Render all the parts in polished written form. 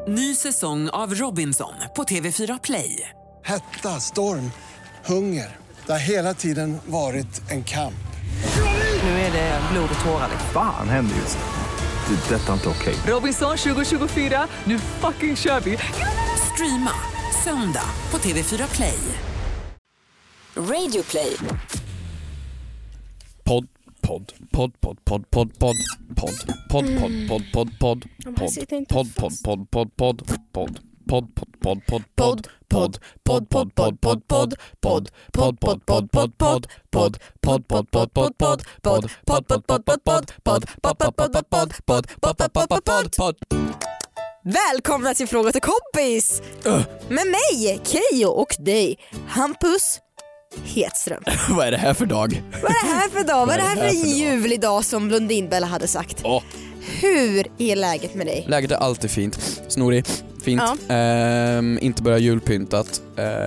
Ny säsong av Robinson på TV4 Play. Hetta, storm, hunger. Det har hela tiden varit en kamp. Nu är det blod och tårar. Fan händer just nu. Det. Detta är inte okej. Robinson 2024, nu fucking kör vi. Streama söndag på TV4 Play. Radio Play. Podd. Välkomna till Fråga till kompis med mig, Keyyo, och dig, Hampus Hedström. Vad är det här för dag? Vad är det här för dag? Vad är det här för en ljuvlig dag som Blondinbella hade sagt? Hur är läget med dig? Läget är alltid fint. Snorig, fint. Inte bara julpyntat.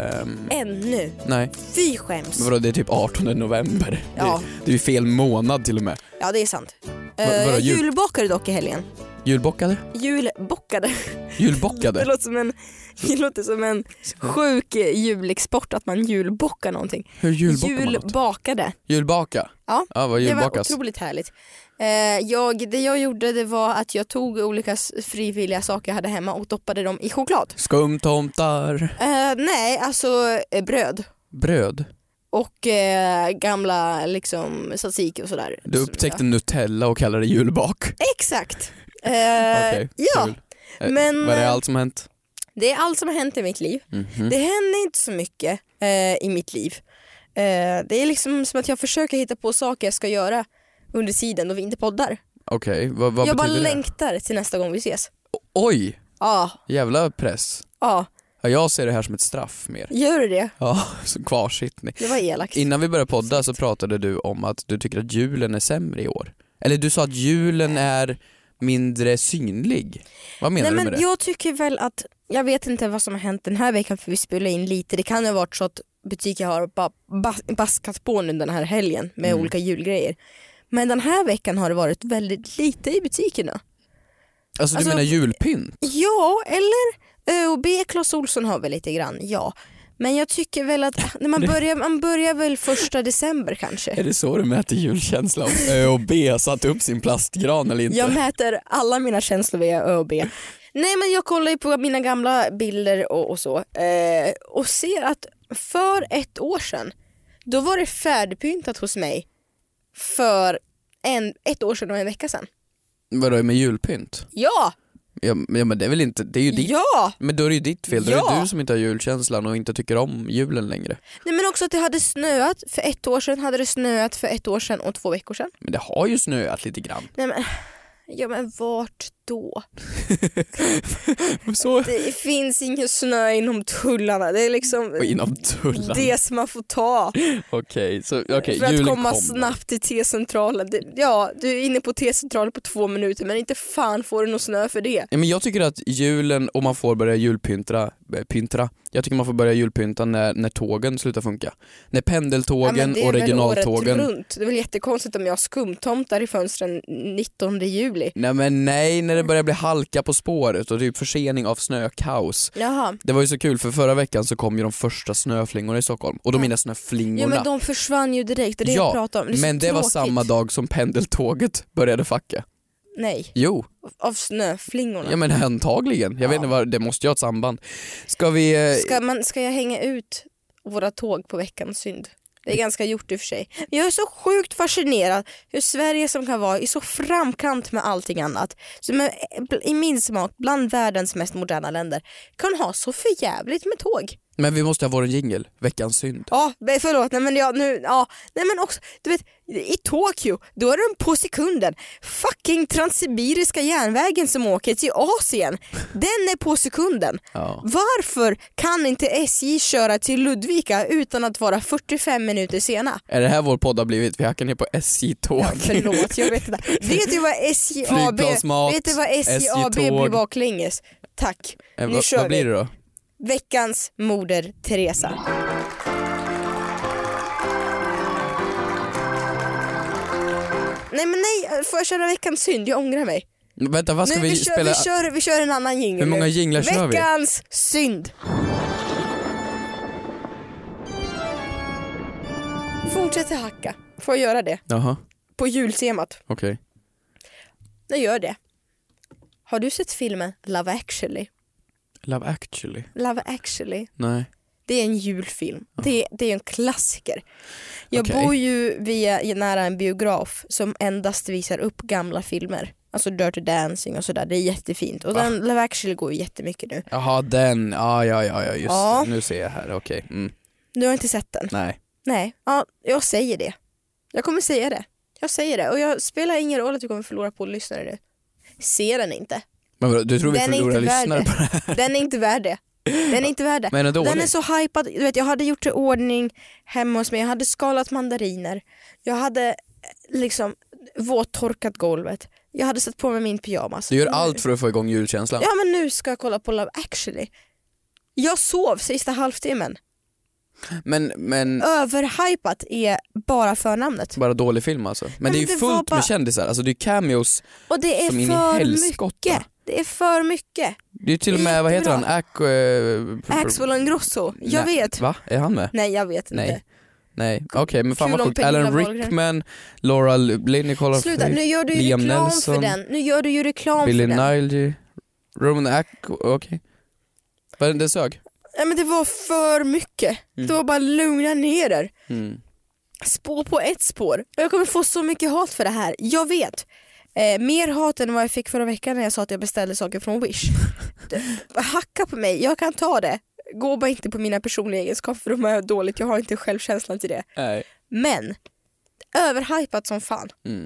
Ännu? Nej. Fy skäms. Men vadå, det är typ 18 november. Ja. Det är ju fel månad till och med. Ja, det är sant. Vadå, Julbockade dock i helgen. Julbockade? Julbockade. Julbockade? Det låter som en sjuk julexport att man julbockar någonting. Hur julbockar man något? Julbakade. Julbaka? Ja, vad julbakas? det var otroligt härligt. Det jag gjorde, det var att jag tog olika frivilliga saker jag hade hemma och doppade dem i choklad. Skumtomtar? Nej, alltså bröd. Bröd? Och gamla liksom tzatziki och sådär. Du upptäckte Nutella och kallade det julbak? Exakt. Okej, ja. kul. Men vad är allt som hänt? Det är allt som har hänt i mitt liv. Det händer inte så mycket i mitt liv. Det är liksom som att jag försöker hitta på saker jag ska göra under tiden då vi inte poddar. Okej, vad betyder det? Jag bara längtar till nästa gång vi ses. Oj! Ja. Jävla press. Ja. Ja, jag ser det här som ett straff mer. Gör du det? Ja, som kvarsittning. Det var elakt. Innan vi började podda så pratade du om att du tycker att julen är sämre i år. Eller du sa att julen är mindre synlig. Vad menar du med det? Jag tycker väl att, jag vet inte vad som har hänt den här veckan för vi spelar in lite. Det kan ha varit så att butiker har bara baskat på nu den här helgen med olika julgrejer. Men den här veckan har det varit väldigt lite i butikerna. Alltså du menar julpynt? Ja, eller ÖoB, Clas Ohlson har väl lite grann, ja. Men jag tycker väl att när man börjar väl 1 december kanske. Är det så du mäter julkänsla om ÖoB har satt upp sin plastgran eller inte? Jag mäter alla mina känslor via ÖoB. Nej, men jag kollar ju på mina gamla bilder och så. Och ser att för 1 år sedan, då var det färdigpyntat hos mig för 1 år sedan och en vecka sedan. Vadå, med julpynt? Ja! Ja, men det är väl inte, det är ju ditt. Ja! Men då är det ju ditt fel, då är det du som inte har julkänslan och inte tycker om julen längre. Nej, men också att det hade snöat för 1 år sedan, hade det snöat för 1 år sedan och 2 veckor sedan. Men det har ju snöat lite grann. Nej, men, ja, men vart då? Så... Det finns ingen snö inom tullarna. Det är liksom inom tullarna. det som man får ta. Okej, för att komma snabbt till T-centralen. Ja, du är inne på T-centralen på 2 minuter, men inte fan får du någon snö för det. Ja, men jag tycker att julen, om man får börja julpyntra, jag tycker man får börja julpynta när tågen slutar funka. När pendeltågen och regionaltågen. Det är väl jättekonstigt om jag har skumtomtar i fönstren 19 juli. Nej, när det börjar bli halka på spåret och typ försening av snökaos. Jaha. Det var ju så kul för förra veckan så kom ju de första snöflingorna i Stockholm. Och de mina snöflingorna. Ja, men de försvann ju direkt, det är det jag pratar om. Men det var samma dag som pendeltåget började facka. Nej. Jo. Av snöflingorna. Ja, men antagligen. Jag vet inte vad, det måste ju ha ett samband. Ska jag hänga ut våra tåg på veckans synd? Det är ganska gjort i och för sig. Jag är så sjukt fascinerad hur Sverige som kan vara i så framkant med allting annat, som är i min smak bland världens mest moderna länder, kan ha så förjävligt med tåg. Men vi måste ha vår jingle, veckans synd. Ja, förlåt. Nej, men också, du vet, i Tokyo, då är de på sekunden. Fucking transsibiriska järnvägen som åker till Asien, den är på sekunden. Ja. Varför kan inte SJ köra till Ludvika utan att vara 45 minuter sena? Är det här vår podd har blivit? Vi hackar ner på SJ-tåg. Ja, förlåt, jag vet inte. Vet du vad SJ AB, blir baklänges? Tack, nu kör vad blir det då? Veckans moder Teresa. Nej, får jag köra veckans synd? Jag ångrar mig. Vänta, vad ska Nu, vi spela? Vi kör en annan jingle. Hur många jinglar kör vi? Veckans synd. Fortsätt hacka. Får jag göra det? Jaha, På jultemat. okej. Jag gör det. Har du sett filmen Love Actually? Love Actually? Love Actually. Nej. Det är en julfilm. Det är en klassiker. Jag Okej. bor ju nära en biograf som endast visar upp gamla filmer. Alltså Dirty Dancing och sådär. Det är jättefint. Och den Love Actually går ju jättemycket nu. Jaha, den. Ja, just Ja. det. Nu ser jag här, okej. Du har inte sett den? Nej. Nej, ja, jag säger det. Jag kommer säga det. Jag säger det. Och jag spelar ingen roll att du kommer förlora på lyssnare nu. Se den inte. Men vadå, du tror vi Den är förlorar inte värd lyssnare det. på det här? Den är inte värd det. Den är inte värd det. Men är dålig? Den är så hypad. Du vet, jag hade gjort i ordning hemma hos mig. Jag hade skalat mandariner. Jag hade liksom våttorkat golvet. Jag hade satt på mig min pyjamas. Du gör allt för att få igång julkänslan. Ja, men nu ska jag kolla på Love Actually. Jag sov sista halvtimmen. Men Överhypat är bara förnamnet. bara dålig film alltså. Men Nej, det är ju men det var fullt bara- med kändisar. Alltså det är cameos. Och det är Som in i för helskotta. mycket. Det är för mycket. Det är till och med, vad heter han? Axel Ingrosso. Jag Nej, vet. Va? Är han med? Nej, jag vet inte. Nej. Okej, men fan Kul vad om sjukt. Pernilla Alan Wahlgren. Rickman, Laura Linney, Sluta, nu gör du ju Liam reklam Nelson, för den. Nu gör du ju reklam Billy för den. Nighy, Roman okej. Vad det sög? Ja, men det var för mycket. Det var bara lugna ner er. Spår på ett spår. Jag kommer få så mycket hat för det här. Jag vet. Mer hat än vad jag fick förra veckan när jag sa att jag beställde saker från Wish. Hacka på mig, jag kan ta det. Gå bara inte på mina personliga egenskaper för de är dåligt. Jag har inte självkänslan till det. Nej. Men överhypat som fan.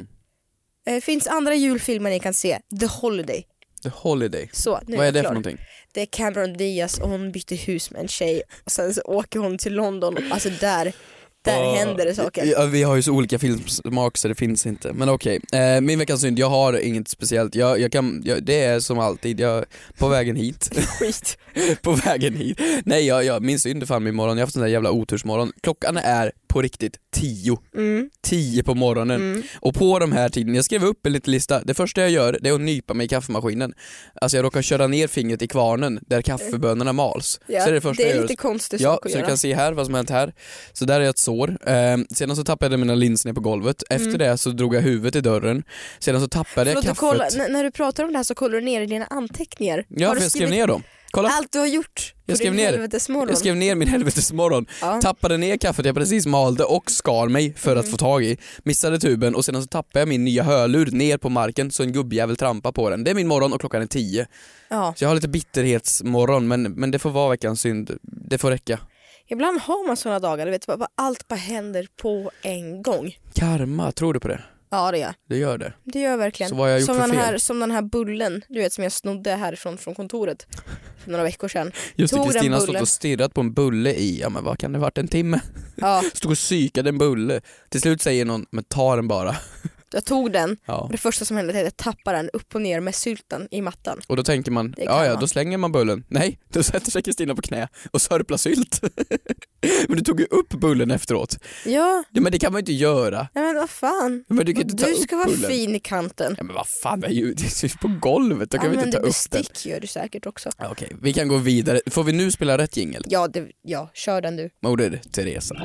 Finns andra julfilmer ni kan se. The Holiday. The Holiday. Så, nu Vad är jag det klar. för någonting? Det är Cameron Diaz och hon bytte hus med en tjej. Och sen så åker hon till London. Alltså där händer det saker. Ja, vi har ju så olika filmsmak så det finns inte. Men okej, min veckans synd, jag har inget speciellt. Det är som alltid, på vägen hit. Skit. På vägen hit. Nej, min synd är fan imorgon. Jag har haft en sån där jävla otursmorgon. Klockan är på riktigt 10. 10 på morgonen. Och på de här tiden, jag skrev upp en liten lista. Det första jag gör, det är att nypa mig i kaffemaskinen. Alltså jag råkar köra ner fingret i kvarnen där kaffebönorna mals. Ja, Så är det första det jag är gör. lite konstigt Ja, sak att så du göra. kan se här vad som har hänt här. Så där är ett sår. Sedan så tappade jag mina linser ner på golvet. Efter det så drog jag huvudet i dörren. Sedan så tappade jag kaffet. Kolla, när du pratar om det här så kollar du ner i dina anteckningar. Ja, Har för du jag skrev skrivit ner dem. Kolla. allt du har gjort Jag på skrev din ner. helvetesmorgon? Jag skrev ner min helvetesmorgon. Ja. Tappade ner kaffet jag precis malde och skar mig för att få tag i. Missade tuben och sedan så tappade jag min nya hörlur ner på marken så en gubbjävel trampar på den. Det är min morgon och klockan är 10. Ja. Så jag har lite bitterhetsmorgon men det får vara veckans synd. Det får räcka. Ibland har man såna dagar, du vet, allt bara händer på en gång. Karma, tror du på det? Ja, det gör. Det gör det. Det gör verkligen. Så vad har jag gjort som, för den fel? här, som den här bullen, du vet, som jag snodde härifrån från kontoret för några veckor sedan. Just det, Tog den Kristina har stått bullen. och stirrat på en bulle i, ja men vad kan det varit, en timme? Ja, Stod och psykade en bulle. Till slut säger någon, men ta den bara. jag tog den Ja. och det första som hände var att jag tappade den upp och ner med sylten i mattan. Och då tänker man, Det kan ja man. då slänger man bullen. Nej, då sätter sig Kristina på knä och sörplar sylt. Men du tog ju upp bullen efteråt. Ja, Ja men det kan man ju inte göra. nej, men vad fan. Men du kan inte ta Du upp ska vara bullen. fin i kanten. Ja men vad fan, det är ju på golvet, då kan vi inte ta Använder upp den. bestick gör du säkert också. Ja, okej, vi kan gå vidare. Får vi nu spela rätt jingel? Ja, kör den du. Moder Teresa.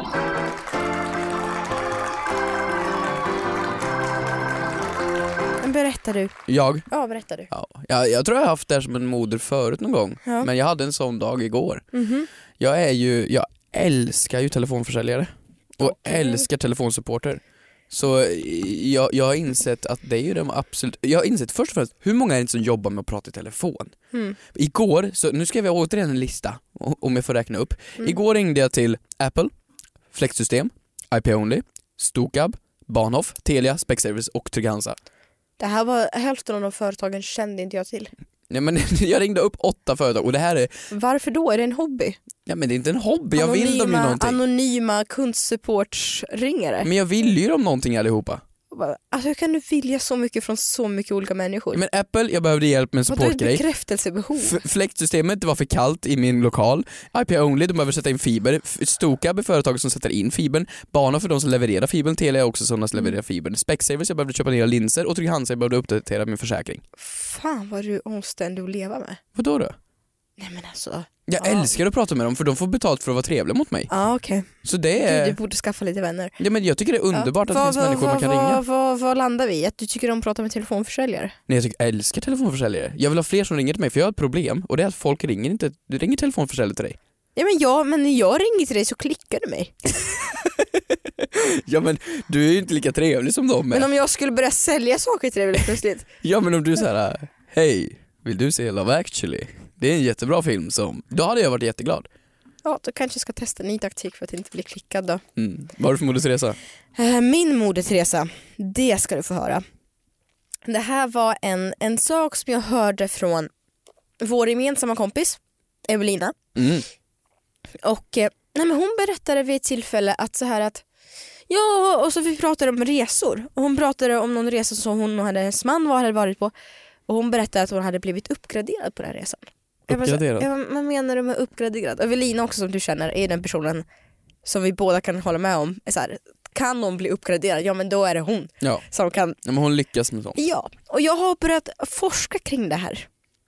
Men berättar du. Jag? Ja, berättar du. Ja, jag tror jag har haft det här som en moder förut någon gång. Ja. Men jag hade en sån dag igår. Mhm. Jag älskar ju telefonförsäljare. Och Okej. älskar telefonsupporter. Så jag har insett att det är ju de absolut... Jag har insett först och främst, hur många är det som jobbar med att prata i telefon? Igår, så nu ska vi återigen en lista, om jag får räkna upp. Igår ringde jag till Apple, Fläktsystem, IP-Only, Stokab, Bahnhof, Telia, Specservice och Trygg-Hansa. Det här var hälften av de företagen kände inte jag till. Nej, men jag ringde upp 8 företag och det här är... Varför då? Är det en hobby? Ja, men det är inte en hobby, jag vill dem ju någonting. Anonyma kundsupportsringare. Men jag vill ju dem någonting allihopa. hur kan du vilja så mycket från så mycket olika människor? Men Apple, jag behövde hjälp med en supportgrej. Vad är ett bekräftelsebehov? Fläktsystemet var för kallt i min lokal. IP-only, de behöver sätta in fiber. Stokab är företaget som sätter in fibern. Bana för de som levererar fibern. Telia är också sådana som levererar fibern. Specsavers, jag behövde köpa nya linser. Och Trygg-Hansa, jag behövde uppdatera min försäkring. Fan vad du omständig att leva med. Vadå då? Nej men alltså. Jag älskar att prata med dem för de får betalt för att vara trevliga mot mig. Ja okej. Så det är... Du borde skaffa lite vänner. Ja men jag tycker det är underbart att det finns människor man kan ringa. Vad landar vi i? Att du tycker de pratar med telefonförsäljare? Nej, jag älskar telefonförsäljare. Jag vill ha fler som ringer till mig för jag har ett problem. Och det är att folk ringer inte. Du ringer telefonförsäljare till dig. Ja men när jag ringer till dig så klickar du mig. Ja men du är ju inte lika trevlig som de är. Men om jag skulle börja sälja saker till dig väldigt plötsligt. Ja men om du är såhär, hej, vill du se Love Actually? Det är en jättebra film som, då hade jag varit jätteglad. Ja, då kanske jag ska testa en ny taktik för att inte bli klickad då. Vad har du för modesresa? Min modesresa, det ska du få höra. Det här var en sak som jag hörde från vår gemensamma kompis, Evelina. Och men hon berättade vid ett tillfälle att så här att ja, och så vi pratade om resor. Och hon pratade om någon resa som hon och hennes man hade varit på. Och hon berättade att hon hade blivit uppgraderad på den här resan. Uppgraderad? Vad menar du med uppgraderad? Evelina också som du känner är den personen som vi båda kan hålla med om. Är så här, kan någon bli uppgraderad? Ja men då är det hon. Ja, som kan... ja men hon lyckas med sånt. Ja, och jag har börjat forska kring det här.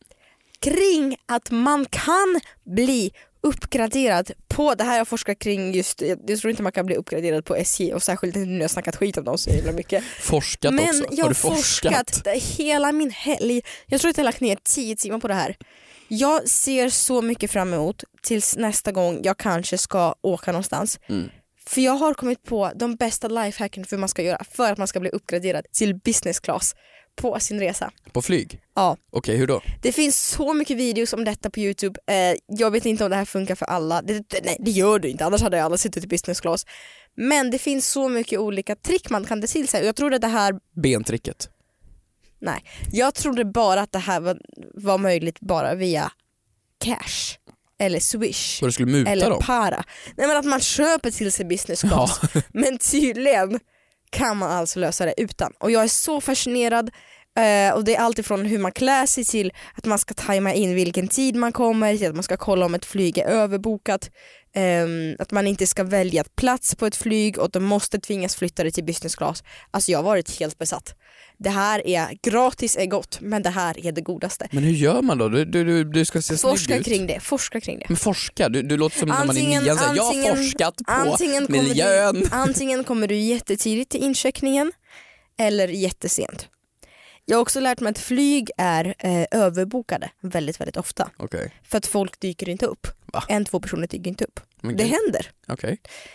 Kring att man kan bli uppgraderad på det här jag forskar kring just, jag tror inte man kan bli uppgraderad på SJ och särskilt när jag har snackat skit om dem så himla mycket. Forskat men också? Men jag har forskat hela min helg. Jag tror att jag har lagt ner 10 timmar på det här. Jag ser så mycket fram emot tills nästa gång jag kanske ska åka någonstans. För jag har kommit på de bästa lifehacken för hur man ska göra för att man ska bli uppgraderad till business class på sin resa. På flyg? Ja. Okej, hur då? Det finns så mycket videos om detta på YouTube. Jag vet inte om det här funkar för alla. Nej, det gör det inte. Annars hade jag alla suttit i business class. Men det finns så mycket olika trick man kan ta till sig. Jag trodde det här... Bentricket? Nej, jag trodde bara att det här var möjligt bara via cash. Eller Swish. Så du skulle muta eller dem? Para. Nej, men att man köper till sig business class. Ja. Men tydligen kan man alltså lösa det utan. Och jag är så fascinerad. Och det är allt ifrån hur man klär sig till att man ska tajma in vilken tid man kommer till att man ska kolla om ett flyg är överbokat. Att man inte ska välja plats på ett flyg och de måste tvingas flytta det till business class. Alltså jag har varit helt besatt. Det här är gratis är gott, men det här är det godaste. Men hur gör man då? Du ska se snygg ut. Forska kring det. Men forska? Du låter som när man är i nian säger jag har forskat på miljön. Antingen kommer du jättetidigt till incheckningen eller jättesent. Jag har också lärt mig att flyg är överbokade väldigt, väldigt ofta. Okay. För att folk dyker inte upp. Va? 1-2 personer dyker inte upp. Okay. Det händer. Okay.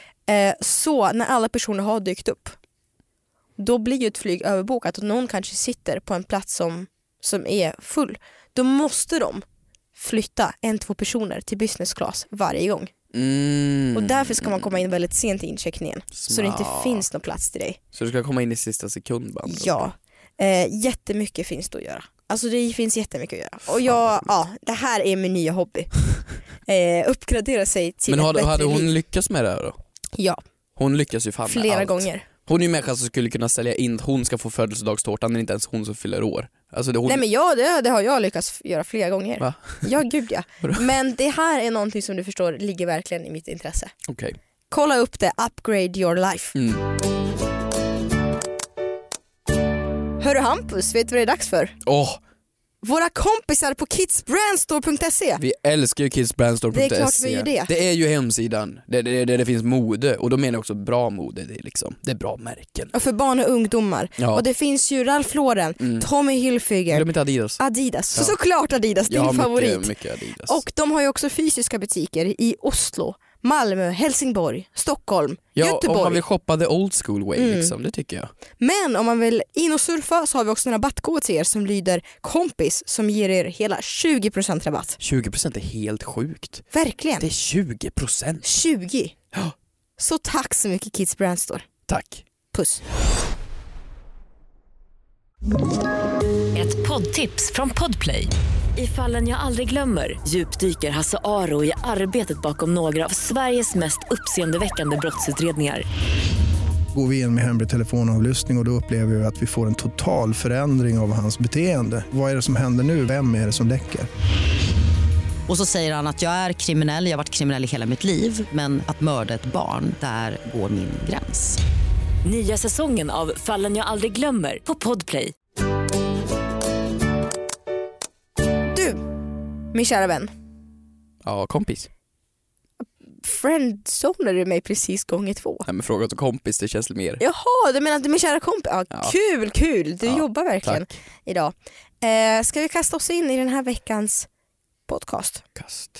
Så när alla personer har dykt upp, då blir ju ett flyg överbokat och någon kanske sitter på en plats som är full. Då måste de flytta 1-2 personer till business class varje gång. Och därför ska man komma in väldigt sent i incheckningen. Så det inte finns någon plats till dig. Så du ska komma in i sista sekund? Ja. Jättemycket finns det att göra. Alltså det finns jättemycket att göra. Och det här är min nya hobby. Uppgradera sig till ett bättre liv. Men hade hon lyckats med det här då? Ja. Hon lyckas ju fan flera med allt. gånger. Hon är ju människa som skulle kunna sälja in hon ska få födelsedagstårtan när inte ens hon som fyller år. Alltså Nej men det har jag lyckats göra flera gånger. Va? Ja gud ja. Men det här är någonting som du förstår ligger verkligen i mitt intresse. Okej. Kolla upp det, upgrade your life. Hörru Hampus, vet du vad det är dags för? Våra kompisar på kidsbrandstore.se. Vi älskar ju kidsbrandstore.se. Det är klart vi gör det. Det är ju hemsidan där det finns mode. Och då menar jag också bra mode. Det är bra märken. Och för barn och ungdomar. Ja. Och det finns ju Ralph Lauren, Tommy Hilfiger. Glöm inte Adidas. Ja. Såklart Adidas, din favorit. Mycket Adidas. Och de har ju också fysiska butiker i Oslo, Malmö, Helsingborg, Stockholm, Göteborg. Om man vill shoppa the old school way liksom, det tycker jag. Men om man vill in och surfa så har vi också en rabattkod till er som lyder kompis som ger er hela 20% rabatt. 20% är helt sjukt. Verkligen. Det är 20%. 20? Ja. Så tack så mycket Kids Brandstore. Tack. Puss. Ett poddtips från Podplay. I Fallen jag aldrig glömmer djupdyker Hasse Aro i arbetet bakom några av Sveriges mest uppseendeväckande brottsutredningar. Går vi in med hemlig telefonavlyssning och då upplever vi att vi får en total förändring av hans beteende. Vad är det som händer nu? Vem är det som läcker? Och så säger han att jag är kriminell, jag har varit kriminell i hela mitt liv. Men att mörda ett barn, där går min gräns. Nya säsongen av Fallen jag aldrig glömmer på Podplay. Du, min kära vän. Ja, kompis. Friendzonar du mig precis gånger 2? Nej, men fråga till kompis, det känns mer. Jaha, du menar att du är min kära kompis? Ja, Ja. Kul. Du jobbar verkligen tack. idag. Ska vi kasta oss in i den här veckans podcast? Kast.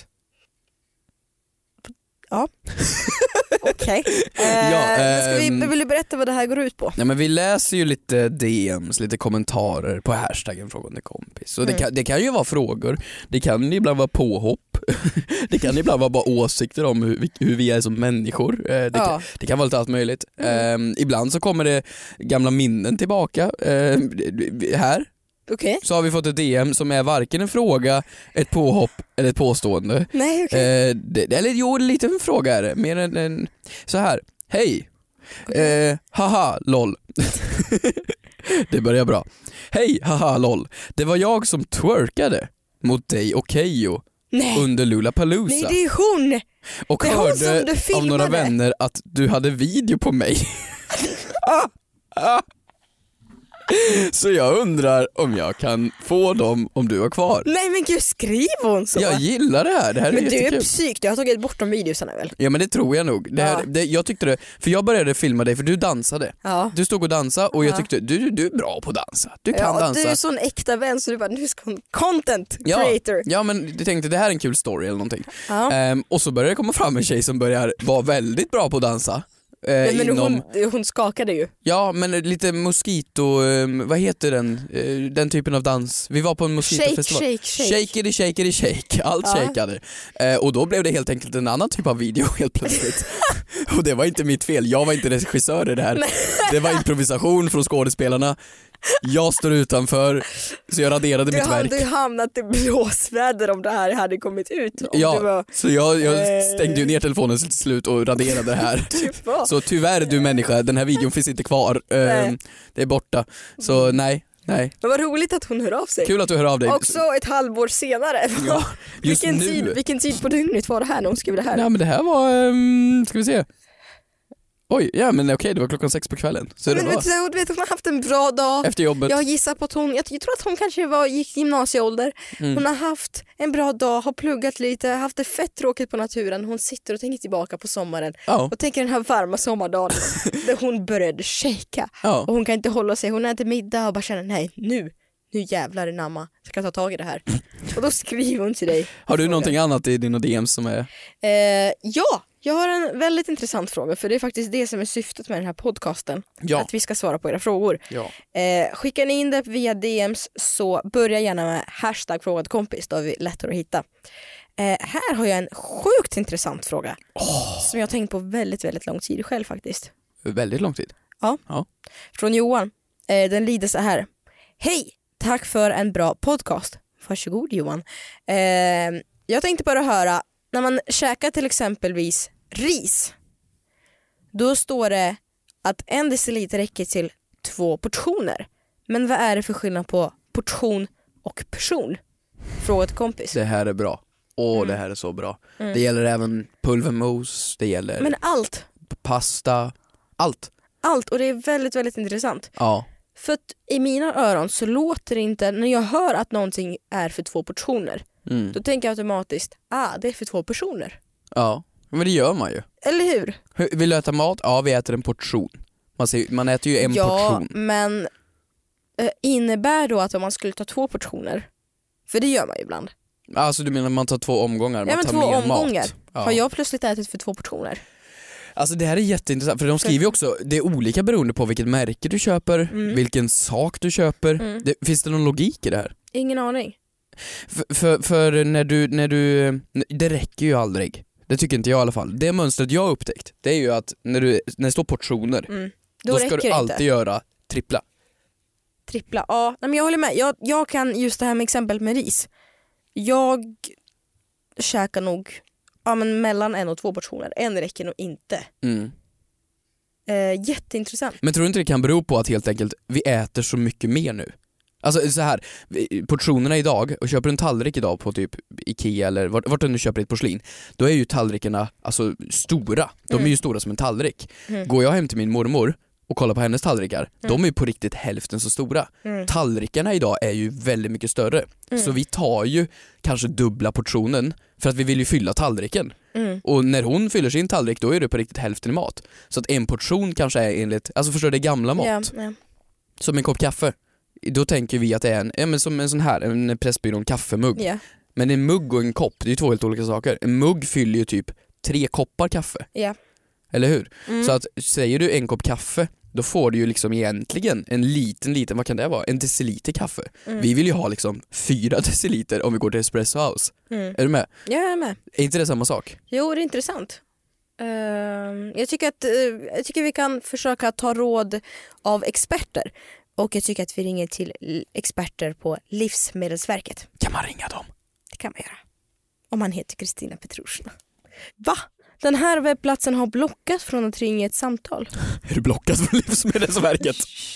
Ja. Okej. Vill du berätta vad det här går ut på? Ja, men vi läser ju lite DMs, lite kommentarer på hashtaggen frågande kompis. Så det kan ju vara frågor, det kan ibland vara påhopp, det kan ibland vara bara åsikter om hur vi är som människor. Det kan vara lite allt möjligt. Ibland så kommer det gamla minnen tillbaka. Här Okej. så har vi fått ett DM som är varken en fråga, ett påhopp eller ett påstående. Nej, okej. Eller jo, lite en fråga är det. Mer än en... Så här. Hej. Haha, lol. Det börjar bra. Hej, haha, lol. Det var jag som twerkade mot dig och Keyyo under Lollapalooza. Nej, det är hon. Och det är hon som hörde du av filmade. några vänner att du hade video på mig. Så jag undrar om jag kan få dem om du är kvar. Nej men gud, skriv hon så? Jag gillar det här är men du är jättekul. psyk, du har tagit bort de videosarna väl? Ja, men det tror jag nog. Jag tyckte det, för jag började filma dig för du dansade. Ja. Du stod och dansade och jag tyckte du är bra på att dansa. Du kan dansa. Du är sån äkta vän så du bara, du ska content creator. Ja, men du tänkte det här är en kul story eller någonting. Ja. Och så började det komma fram en tjej som börjar vara väldigt bra på att dansa. Men hon skakade ju. Ja, men lite mosquito, vad heter den typen av dans? Vi var på en mosquitofestival. Shake. Allt shakeade. Och då blev det helt enkelt en annan typ av video helt plötsligt. Och det var inte mitt fel, jag var inte regissör i det här. Det var improvisation från skådespelarna. Jag står utanför, så jag raderade mitt verk. Du hade hamnat i blåsväder om det här hade kommit ut. Ja, så jag stängde ju ner telefonen till slut och raderade det här. Så tyvärr du människa, den här videon finns inte kvar. Det är borta. Så nej. Men vad roligt att hon hör av sig. Kul att du hör av dig. Också ett halvår senare. Ja, just vilken tid på dygnet var det här när hon skrev det här? Ja, men det här var, ska vi se. Oj, ja men okej, det var 6:00 på kvällen. Så men du vet, hon har haft en bra dag. Efter jobbet. Jag gissar på att jag tror att hon kanske gick gymnasieålder. Hon har haft en bra dag, har pluggat lite, haft det fett tråkigt på naturen. Hon sitter och tänker tillbaka på sommaren och tänker den här varma sommardagen där hon började shaka. Och hon kan inte hålla sig, hon äter middag och bara känner nej, nu jävlar namma, jag ska ta tag i det här. Och då skriver hon till dig. Har du någonting annat i dina DMs som är... Ja, jag har en väldigt intressant fråga, för det är faktiskt det som är syftet med den här podcasten. Att vi ska svara på era frågor. Skickar ni in det via DMs så börja gärna med hashtag frågadkompis, då är vi lättare att hitta. Här har jag en sjukt intressant fråga som jag har tänkt på väldigt, väldigt lång tid själv faktiskt. Väldigt lång tid? Ja. Från Johan. Den lyder så här. Hej, tack för en bra podcast. Varsågod Johan. Jag tänkte bara höra, när man käkar till exempelvis ris, då står det att 1 deciliter räcker till 2 portioner. Men vad är det för skillnad på portion och person? Fråga till kompis. Det här är bra. Det här är så bra. Det gäller även pulvermos, det gäller... Men allt. Pasta, allt. Allt, och det är väldigt, väldigt intressant. Ja. För att i mina öron så låter det inte, när jag hör att någonting är för 2 portioner, då tänker jag automatiskt, det är för 2 personer. Ja, men det gör man ju. Eller hur? Vill du äta mat? Ja, vi äter en portion. Man äter ju en portion. Ja, men innebär då att om man skulle ta 2 portioner, för det gör man ju ibland. Alltså du menar man tar 2 omgångar? Ja, men tar 2 mer omgångar. Mat. Ja. Har jag plötsligt ätit för 2 portioner? Alltså det här är jätteintressant, för de skriver ju också, det är olika beroende på vilket märke du köper, vilken sak du köper. Finns det någon logik i det här? Ingen aning. För när du det räcker ju aldrig. Det tycker inte jag i alla fall. Det mönstret jag har upptäckt, det är ju att när det står portioner, då ska du alltid göra trippla. Trippla, ja. Men jag håller med. Jag kan just det här med exempel med ris. Jag käkar nog mellan 1 och 2 portioner. En räcker nog inte. Jätteintressant. Men tror du inte det kan bero på att helt enkelt vi äter så mycket mer nu? Alltså så här, portionerna idag, och köper en tallrik idag på typ Ikea eller vart du nu köper ett porslin, då är ju tallrikarna alltså stora. De är ju stora som en tallrik. Går jag hem till min mormor och kollar på hennes tallrikar, de är ju på riktigt hälften så stora. Tallrikarna idag är ju väldigt mycket större. Så vi tar ju kanske dubbla portionen för att vi vill ju fylla tallriken. Och när hon fyller sin tallrik, då är det på riktigt hälften i mat. Så att en portion kanske är enligt, alltså förstår du, det gamla mått. Som en kopp kaffe. Då tänker vi att det är men som en sån här, en Pressbyrån kaffemugg. Men en mugg och en kopp, det är ju två helt olika saker. En mugg fyller ju typ 3 koppar kaffe. Eller hur? Så att säger du en kopp kaffe, då får du ju liksom egentligen en liten, vad kan det vara? En deciliter kaffe. Vi vill ju ha liksom 4 deciliter om vi går till Espresso House. Är du med? Ja, jag är med. Är inte det samma sak? Jo, det är intressant. Jag tycker vi kan försöka ta råd av experter. Och jag tycker att vi ringer till experter på Livsmedelsverket. Kan man ringa dem? Det kan man göra. Om man heter Kristina Petrushina. Va? Den här webbplatsen har blockat från att ringa ett samtal. Är du blockad från Livsmedelsverket?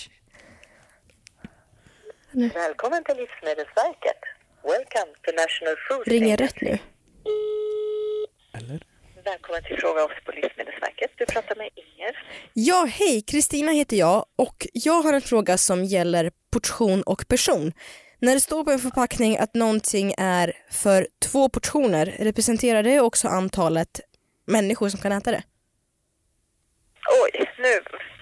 Välkommen till Livsmedelsverket. Welcome to National Food. Ringer rätt nu? Eller? Välkommen till Fråga oss på Livsmedelsverket. Du pratar med Inger. Ja, hej. Kristina heter jag och jag har en fråga som gäller portion och person. När det står på en förpackning att någonting är för 2 portioner, representerar det också antalet människor som kan äta det? Oj, nu.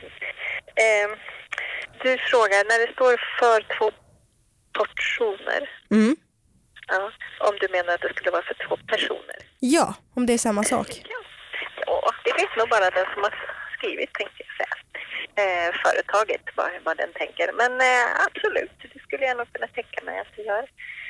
Du frågar, när det står för 2 portioner. Ja, om du menar att det skulle vara för 2 personer. Ja, om det är samma sak. Ja, det vet nog bara den som har skrivit, tänkte jag säga. Företaget, vad den tänker. Men absolut, det skulle jag nog kunna tänka mig att det gör.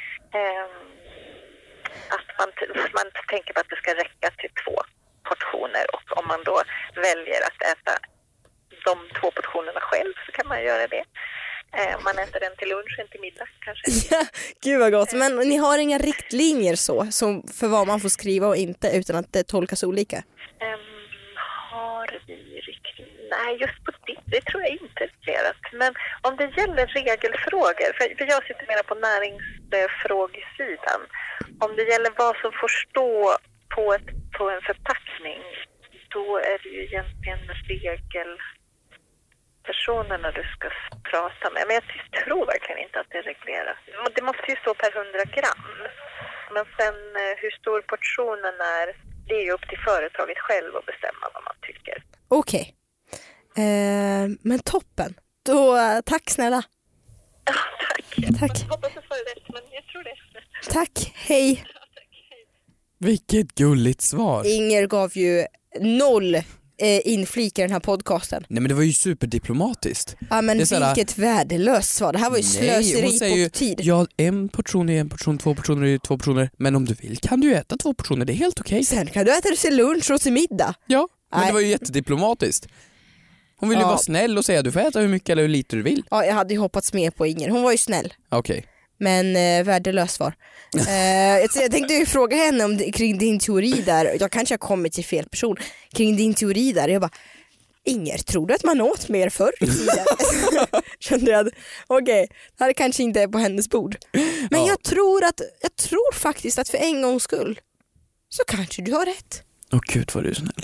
Att man tänker på att det ska räcka till 2 portioner. Och om man då väljer att äta de 2 portionerna själv, så kan man göra det. Man äter den till lunch, inte middag kanske. Ja, gud vad gott. Men ni har inga riktlinjer så för vad man får skriva och inte, utan att det tolkas olika? Har vi riktlinjer? Nej, just på det tror jag inte är reglerat. Men om det gäller regelfrågor, för jag sitter mer på näringsfrågesidan. Om det gäller vad som får stå på en förpackning, då är det ju egentligen regelpersonerna du ska prata med. Men jag tror verkligen inte att det är reglerat. Det måste ju stå per 100 gram. Men sen hur stor portionen är, det är ju upp till företaget själv att bestämma vad man tycker. Okej. Men toppen. Då, tack snälla. Ja, tack. Tack. Jag hoppas att det rätt, men jag tror det. Tack, hej. Vilket gulligt svar. Inger gav ju 0 inflik i den här podcasten. Nej, men det var ju superdiplomatiskt. Ja, men vilket värdelöst svar. Det här var ju slöseri på tid. Ja, en portion är en portion, 2 portioner är 2 portioner. Men om du vill kan du äta 2 portioner, det är helt okej. Sen kan du äta det till lunch och till middag. Ja, men det var ju jättediplomatiskt. Hon ville ju vara snäll och säga du får äta hur mycket eller hur lite du vill. Ja, jag hade ju hoppats mer på Inger. Hon var ju snäll. Okej. Men värdelöst svar. Jag tänkte ju fråga henne kring din teori där. Jag kanske har kommit till fel person. Kring din teori där. Jag bara, Inger, tror du att man åt mer förr i tiden? Kände jag, okej, det här kanske inte är på hennes bord. Men jag tror faktiskt att för en gångs skull så kanske du har rätt. Åh gud vad du är snäll.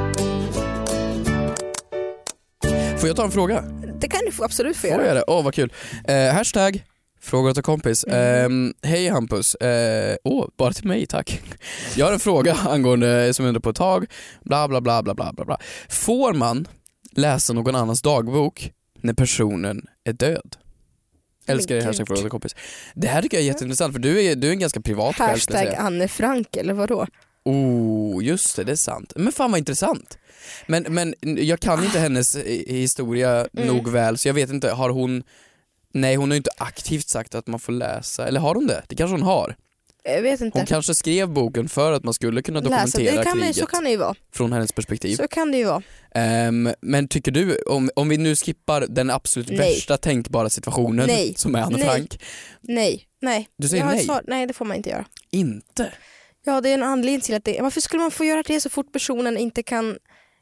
Får jag ta en fråga? Det kan du absolut få göra. Får jag det? Åh vad kul. Hashtag fråga till kompis. Hej Hampus. Bara till mig, tack. Jag har en fråga angående som jag undrar på ett tag. Bla bla bla bla bla bla. Får man läsa någon annans dagbok när personen är död? Älskar det, hashtag fråga till kompis. Det här tycker jag är jätteintressant, för du är en ganska privat själv. Hashtag Anne Frank eller vadå? Just det är sant. Men fan vad intressant. Men jag kan inte hennes historia nog väl, så jag vet inte, har hon... Nej, hon har ju inte aktivt sagt att man får läsa. Eller har hon det? Det kanske hon har. Jag vet inte. Hon kanske skrev boken för att man skulle kunna dokumentera kriget. Så kan det ju vara. Från hennes perspektiv. Så kan det ju vara. Men tycker du, om vi nu skippar den absolut värsta tänkbara situationen som är Anne Frank. Nej. Du säger nej? Nej, det får man inte göra. Inte? Ja, det är en anledning till att varför skulle man få göra det så fort personen inte kan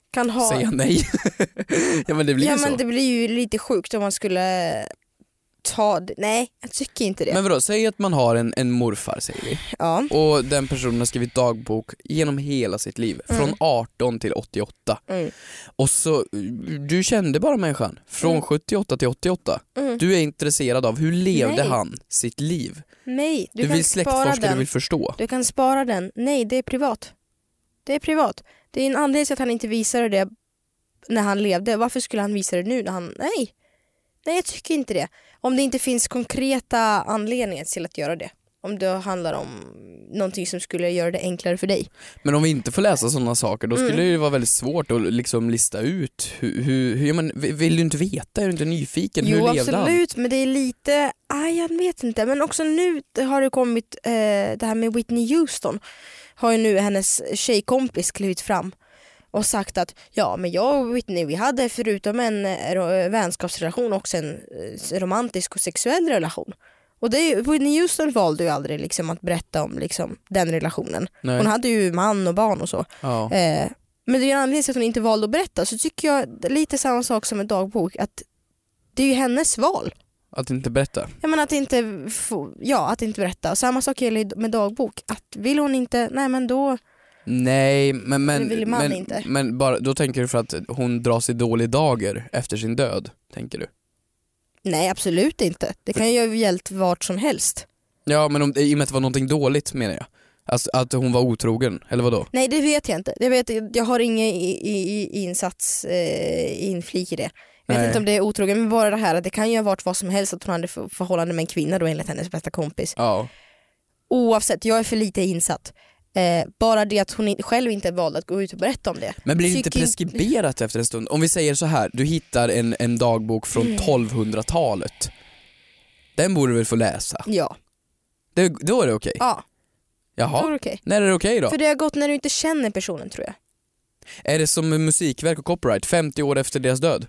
kan ha... Säga nej. Ja men det blir ju så. Men det blir ju lite sjukt om man skulle ta det. Nej, jag tycker inte det. Men vadå, säg att man har en morfar säger vi. Ja. Och den personen har skrivit dagbok genom hela sitt liv. Från 18 till 88. Och så, du kände bara människan. Från 78 till 88. Du är intresserad av hur levde han sitt liv? Nej, du vill släktforska, du vill förstå. Du kan spara den. Nej, det är privat. Det är privat. Det är en anledning till att han inte visade det när han levde. Varför skulle han visa det nu när han... Nej, jag tycker inte det. Om det inte finns konkreta anledningar till att göra det. Om det handlar om någonting som skulle göra det enklare för dig. Men om vi inte får läsa sådana saker, då skulle det vara väldigt svårt att liksom lista ut hur men vill du inte veta, är du inte nyfiken? Jo, hur levde absolut, men det är lite, jag vet inte. Men också nu har det kommit det här med Whitney Houston. Har ju nu hennes tjejkompis klivit fram och sagt att men jag och Whitney, vi hade förutom en vänskapsrelation också en romantisk och sexuell relation. Och Whitney Houston valde ju aldrig liksom att berätta om liksom den relationen. Nej. Hon hade ju man och barn och så. Ja. Men det är en anledning till att hon inte valde att berätta. Så tycker jag lite samma sak som en dagbok. Att det är ju hennes val. Att inte berätta? Ja, men att inte berätta. Och samma sak gäller med dagbok. Att vill hon inte, nej men då... Nej, men bara, då tänker du för att hon drar sig dålig dagar efter sin död, tänker du? Nej, absolut inte. Det kan ju ha gällt vart som helst. Ja, men i och med att det var någonting dåligt menar jag. Alltså att hon var otrogen, eller vadå? Nej, det vet jag inte. Jag har ingen inflik i det. Jag vet inte om det är otrogen, men bara det här att det kan ju ha varit vad som helst att hon hade förhållande med en kvinna då enligt hennes bästa kompis. Ja. Oavsett, jag är för lite insatt. Bara det att hon själv inte valde att gå ut och berätta om det. Men blir det inte preskriberat efter en stund? Om vi säger så här, du hittar en dagbok från 1200-talet. Den borde du väl få läsa? Ja. Då är det okej? Ja. Jaha, då är det okej. När är det okej då? För det har gått när du inte känner personen, tror jag. Är det som musikverk och copyright 50 år efter deras död?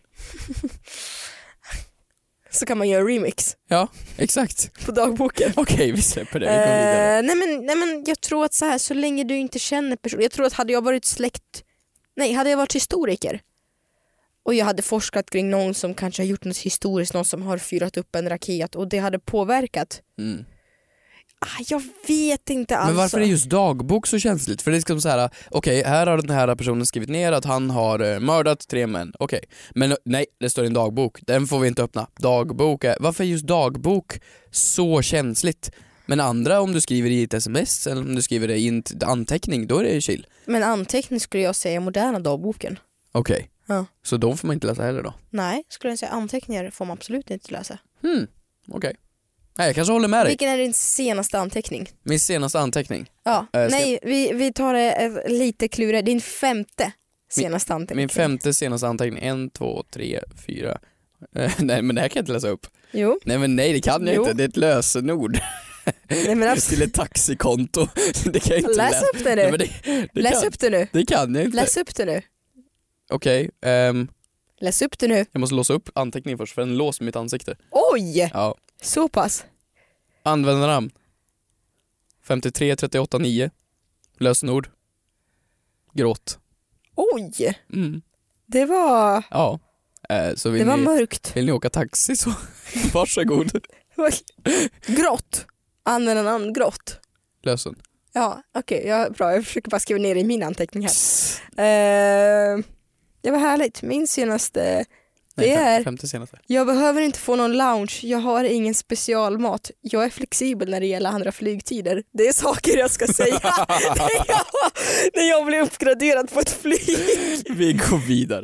Så kan man göra remix. Ja, exakt. På dagboken. Okej, vi släpper det. Vi går vidare. Nej men jag tror att så här, så länge du inte känner personen. Jag tror att hade jag varit historiker och jag hade forskat kring någon som kanske har gjort något historiskt, någon som har fyrat upp en raket och det hade påverkat. Jag vet inte alls. Men varför är just dagbok så känsligt? För det är liksom så här, okej, här har den här personen skrivit ner att han har mördat 3 män. Okej. Men nej, det står i en dagbok. Den får vi inte öppna. Dagbok varför är just dagbok så känsligt? Men andra, om du skriver i ett sms eller om du skriver det i en anteckning, då är det chill. Men anteckning skulle jag säga moderna dagboken. Okej. Ja. Så de får man inte läsa heller då? Nej, skulle jag säga anteckningar får man absolut inte läsa. Okej. Nej, jag kanske håller med dig. Vilken är din senaste anteckning? Min senaste anteckning? Ja, vi tar det lite klurigt. Din 5:e senaste anteckning. Min 5:e senaste anteckning. 1, 2, 3, 4. Nej, men det här kan jag inte läsa upp. Jo. Nej, det kan jag inte. Det är ett lösenord. Nej, men till ett taxikonto. Det kan jag inte läs upp det nu. Läs upp det nu. Det kan jag inte. Läs upp det nu. Okej. Läs upp det nu. Jag måste låsa upp anteckningen först för den låser mitt ansikte. Oj! Ja. Så pass. Användarnamn 53 38 9. Lösenord gråt. Oj! Det var... Ja. Så det var mörkt. Vill ni åka taxi så varsågod. Grått. Användarnamn grått. Lösen. Ja, okej. Bra. Jag försöker bara skriva ner i min anteckning här. Det var härligt. Min senaste... Det är, 50 senaste. Jag behöver inte få någon lounge. Jag har ingen specialmat. Jag är flexibel när det gäller andra flygtider. Det är saker jag ska säga när jag blir uppgraderad på ett flyg. Vi går vidare.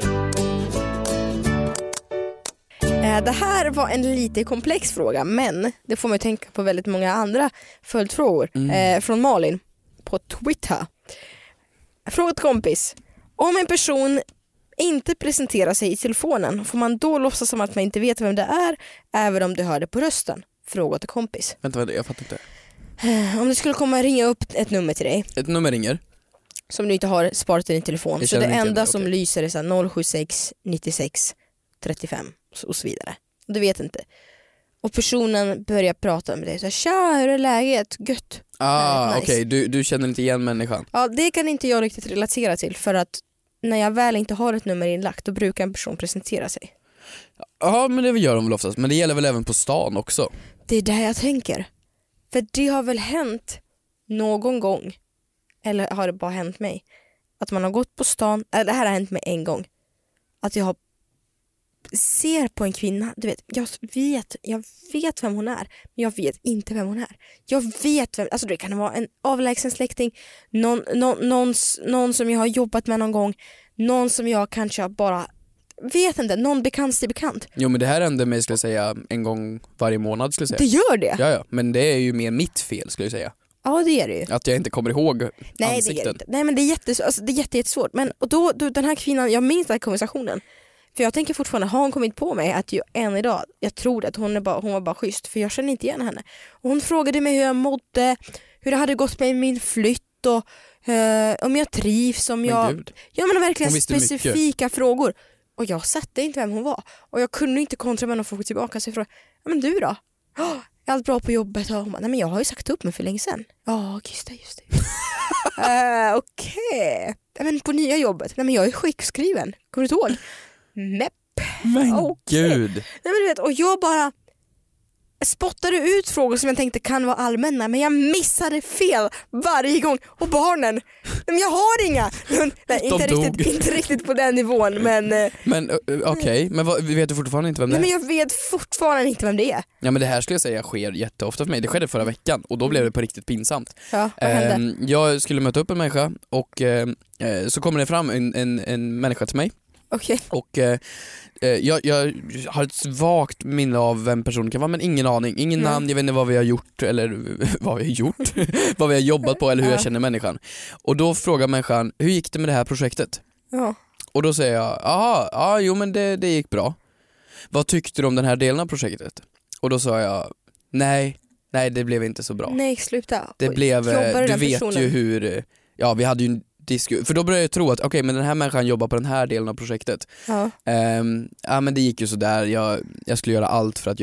Det här var en lite komplex fråga, men det får man tänka på väldigt många andra följdfrågor. Från Malin på Twitter. Fråga till kompis. Om en person inte presenterar sig i telefonen, får man då låtsas som att man inte vet vem det är, även om du hör det på rösten? Fråga till kompis. Vänta, jag fattar inte. Om det skulle komma ringa upp ett nummer till dig. Ett nummer ringer? Som du inte har sparat i din telefon. Så det enda som lyser är så här 076 96 35 och så vidare. Du vet inte. Och personen börjar prata med dig. Så här, tja, hur är läget? Gött. Okej. Du känner inte igen människan? Ja, det kan inte jag riktigt relatera till. För att när jag väl inte har ett nummer inlagt, då brukar en person presentera sig. Ja, men det gör de väl oftast. Men det gäller väl även på stan också. Det är där jag tänker. För det har väl hänt någon gång, eller har det bara hänt mig, att man har gått på stan, eller det här har hänt mig en gång, att jag ser på en kvinna, du vet, jag vet vem hon är, men jag vet inte vem hon är. Jag vet vem, alltså det kan vara en avlägsen släkting, någon som jag har jobbat med någon gång, någon som jag kanske bara vet inte, någon bekant till bekant. Jo, men det här händer mig, skulle jag säga, en gång varje månad, skulle jag säga. Det gör det? Ja, men det är ju mer mitt fel, skulle jag säga. Ja, det är det ju. Att jag inte kommer ihåg Nej, ansikten. det är det inte. Nej, men det är jättesvårt. Men och då den här kvinnan, jag minns den här konversationen. För jag tänker fortfarande, har hon kommit på mig att än idag, jag tror att hon var bara schysst, för jag känner inte igen henne. Och hon frågade mig hur jag mådde, hur det hade gått med min flytt och om jag trivs, om jag... Gud. Ja, men verkligen mycket. specifika frågor. Och jag satte inte vem hon var. Och jag kunde inte kontra med någon fråga tillbaka, så jag frågade, ja men du då? Är allt bra på jobbet? Och hon bara, nej men jag har ju sagt upp mig för länge sedan. Ja, just det. Okej. Men på nya jobbet? Nej men jag är sjukskriven. Kommer du ihåg? Näpp. Men gud. Nej men du vet, och jag bara spottade ut frågor som jag tänkte kan vara allmänna, men jag missade fel varje gång. Och barnen, men jag har inga. Nej, inte riktigt på den nivån, men okej, men vi vet du fortfarande inte vem det är? Nej, men jag vet fortfarande inte vem det är. Ja, men det här skulle jag säga sker jätteofta för mig. Det skedde förra veckan och då blev det på riktigt pinsamt. Ja, vad hände? Jag skulle möta upp en människa och så kommer det fram en människa till mig. Okej. Och jag har ett svagt minne av vem personen kan vara, men ingen aning, ingen namn, jag vet inte vad vi har gjort eller vad vi har gjort, vad vi har jobbat på eller hur jag känner människan. Och då frågar människan, hur gick det med det här projektet? Ja. Och då säger jag, jo men det gick bra. Vad tyckte du om den här delen av projektet? Och då sa jag, nej det blev inte så bra. Nej, sluta. Det blev, du vet personen ju hur, ja vi hade ju en för då började jag tro att okej, men den här människan jobbar på den här delen av projektet. Ja. Ja men det gick ju så där. Jag skulle göra allt för att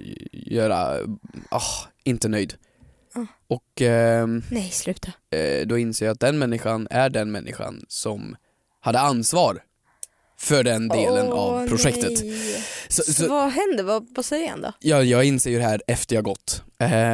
göra inte nöjd. Och nej, sluta. då inser jag att den människan är den människan som hade ansvar för den delen av projektet. Så vad hände? Vad säger han då? Jag inser ju det här efter jag gått.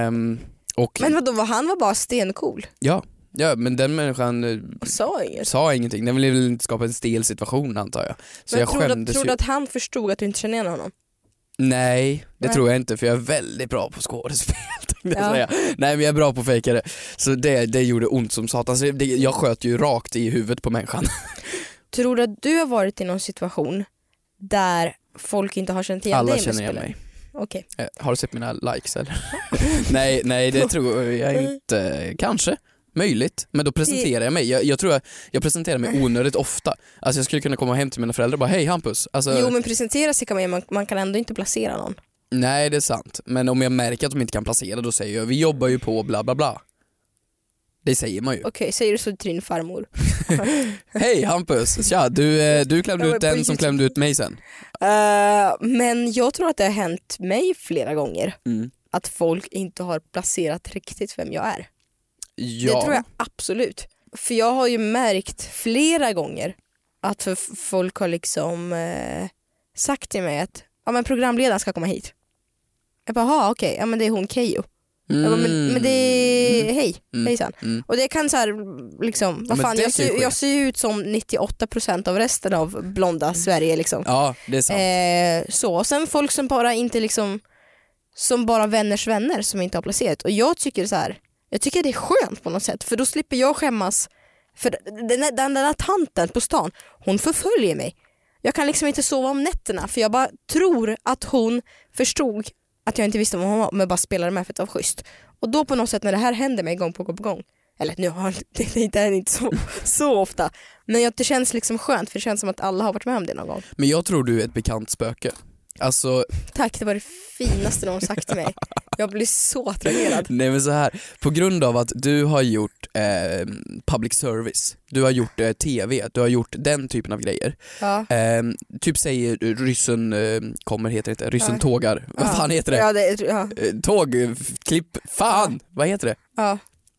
Och men vadå, han var bara stencool? Ja, men den människan sa ingenting. Den ville inte skapa en stel situation, antar jag. Så men jag skämdes. Tror du att han förstod att du inte känner igen honom? Nej, det tror jag inte, för jag är väldigt bra på skådespel. Nej, men jag är bra på fejkare. Så det gjorde ont som satan. Så jag sköt ju rakt i huvudet på människan. Tror du att du har varit i någon situation där folk inte har känt igen dig? Alla känner igen mig. Okej. Har du sett mina likes eller? nej, det tror jag inte. Kanske. Möjligt, men då presenterar jag mig. Jag tror jag presenterar mig onödigt ofta. Alltså jag skulle kunna komma hem till mina föräldrar och bara, hej Hampus. Alltså, jo, men presentera sig kan man kan ändå inte placera någon. Nej, det är sant. Men om jag märker att de inte kan placera, då säger jag, vi jobbar ju på bla bla bla. Det säger man ju. Okej, säger du så till din farmor? Hej Hampus, tja, du klämde ut den som klämde ut mig sen. Men jag tror att det har hänt mig flera gånger att folk inte har placerat riktigt vem jag är. Ja. Det tror jag absolut. För jag har ju märkt flera gånger att folk har liksom sagt till mig att men programledaren ska komma hit. Jag bara, okej, ja men det är hon Keyyo. Men det är hejsan. Och det kan så här, liksom, vad fan, jag ser ut som 98% av resten av blonda Sverige liksom. Ja, det är sant. Så, och sen folk som bara inte liksom, som bara vänners vänner som inte har placerat. Och jag tycker så här, jag tycker det är skönt på något sätt, för då slipper jag skämmas. För den där tanten på stan, hon förföljer mig. Jag kan liksom inte sova om nätterna, för jag bara tror att hon förstod att jag inte visste vad hon var, men bara spelade med för att det var schysst. Och då på något sätt när det här händer mig gång på gång, eller nu har det är inte så ofta, men det känns liksom skönt, för det känns som att alla har varit med om det någon gång. Men jag tror du är ett bekant spöke. Alltså... Tack, det var det finaste någon sagt till mig. Jag blir så attraherad. Nej, men så här, på grund av att du har gjort public service, du har gjort tv, du har gjort den typen av grejer. Ja. Typ säger ryssen kommer, heter det inte, ryssen tågar. Vad fan heter det? Ja, tågklipp, fan, vad heter det? Ja.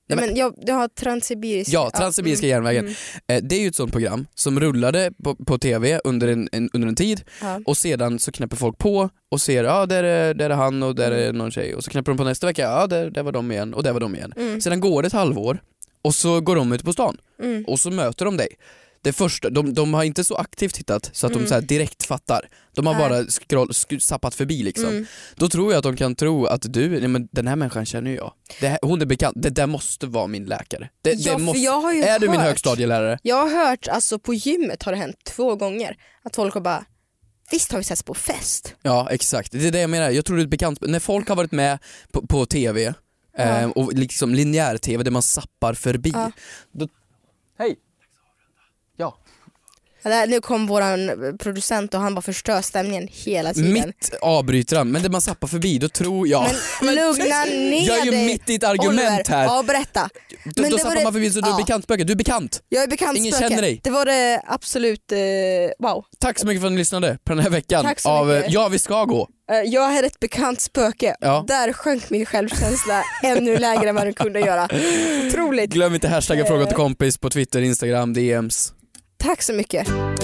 Men jag har Transsibiriska. Ja, Transsibiriska järnvägen. Det är ju ett sånt program som rullade på tv under en tid och sedan så knäpper folk på och ser, där är han och där är någon tjej och så knäpper de på nästa vecka, där var de igen och där var de igen. Sedan går det ett halvår och så går de ut på stan och så möter de dig. Det första, de har inte så aktivt tittat så att de så här direkt fattar. De har bara sappat förbi liksom. Då tror jag att de kan tro att men den här människan känner jag. Hon är bekant, det där måste vara min läkare. Är du min högstadielärare? Jag har hört, alltså på gymmet har det hänt 2 gånger att folk har bara, visst har vi setts på fest. Ja, exakt. Det är det jag menar. Jag tror det är bekant. När folk har varit med på tv och liksom linjär tv där man sappar förbi. Då... Hej! Ja. Nu kom våran producent och han bara förstör stämningen hela tiden. Mitt avbryter han, men det man sappar förbi, då tror jag... Men lugna ner jag är ju mitt i ett argument Oliver. här. Ja, berätta. Då sappar man förbi så du är bekant spöke. Du är bekant. Jag är bekant Ingen spöke. känner dig. Det var det absolut, wow. Tack så mycket för att ni lyssnade på den här veckan. Tack så mycket. Ja, vi ska gå. Jag är ett bekant spöke. Ja. Där sjönk min självkänsla ännu lägre än vad den kunde göra. Otroligt. Glöm inte hashtagga fråga till kompis på Twitter, Instagram, DMs. Tack så mycket.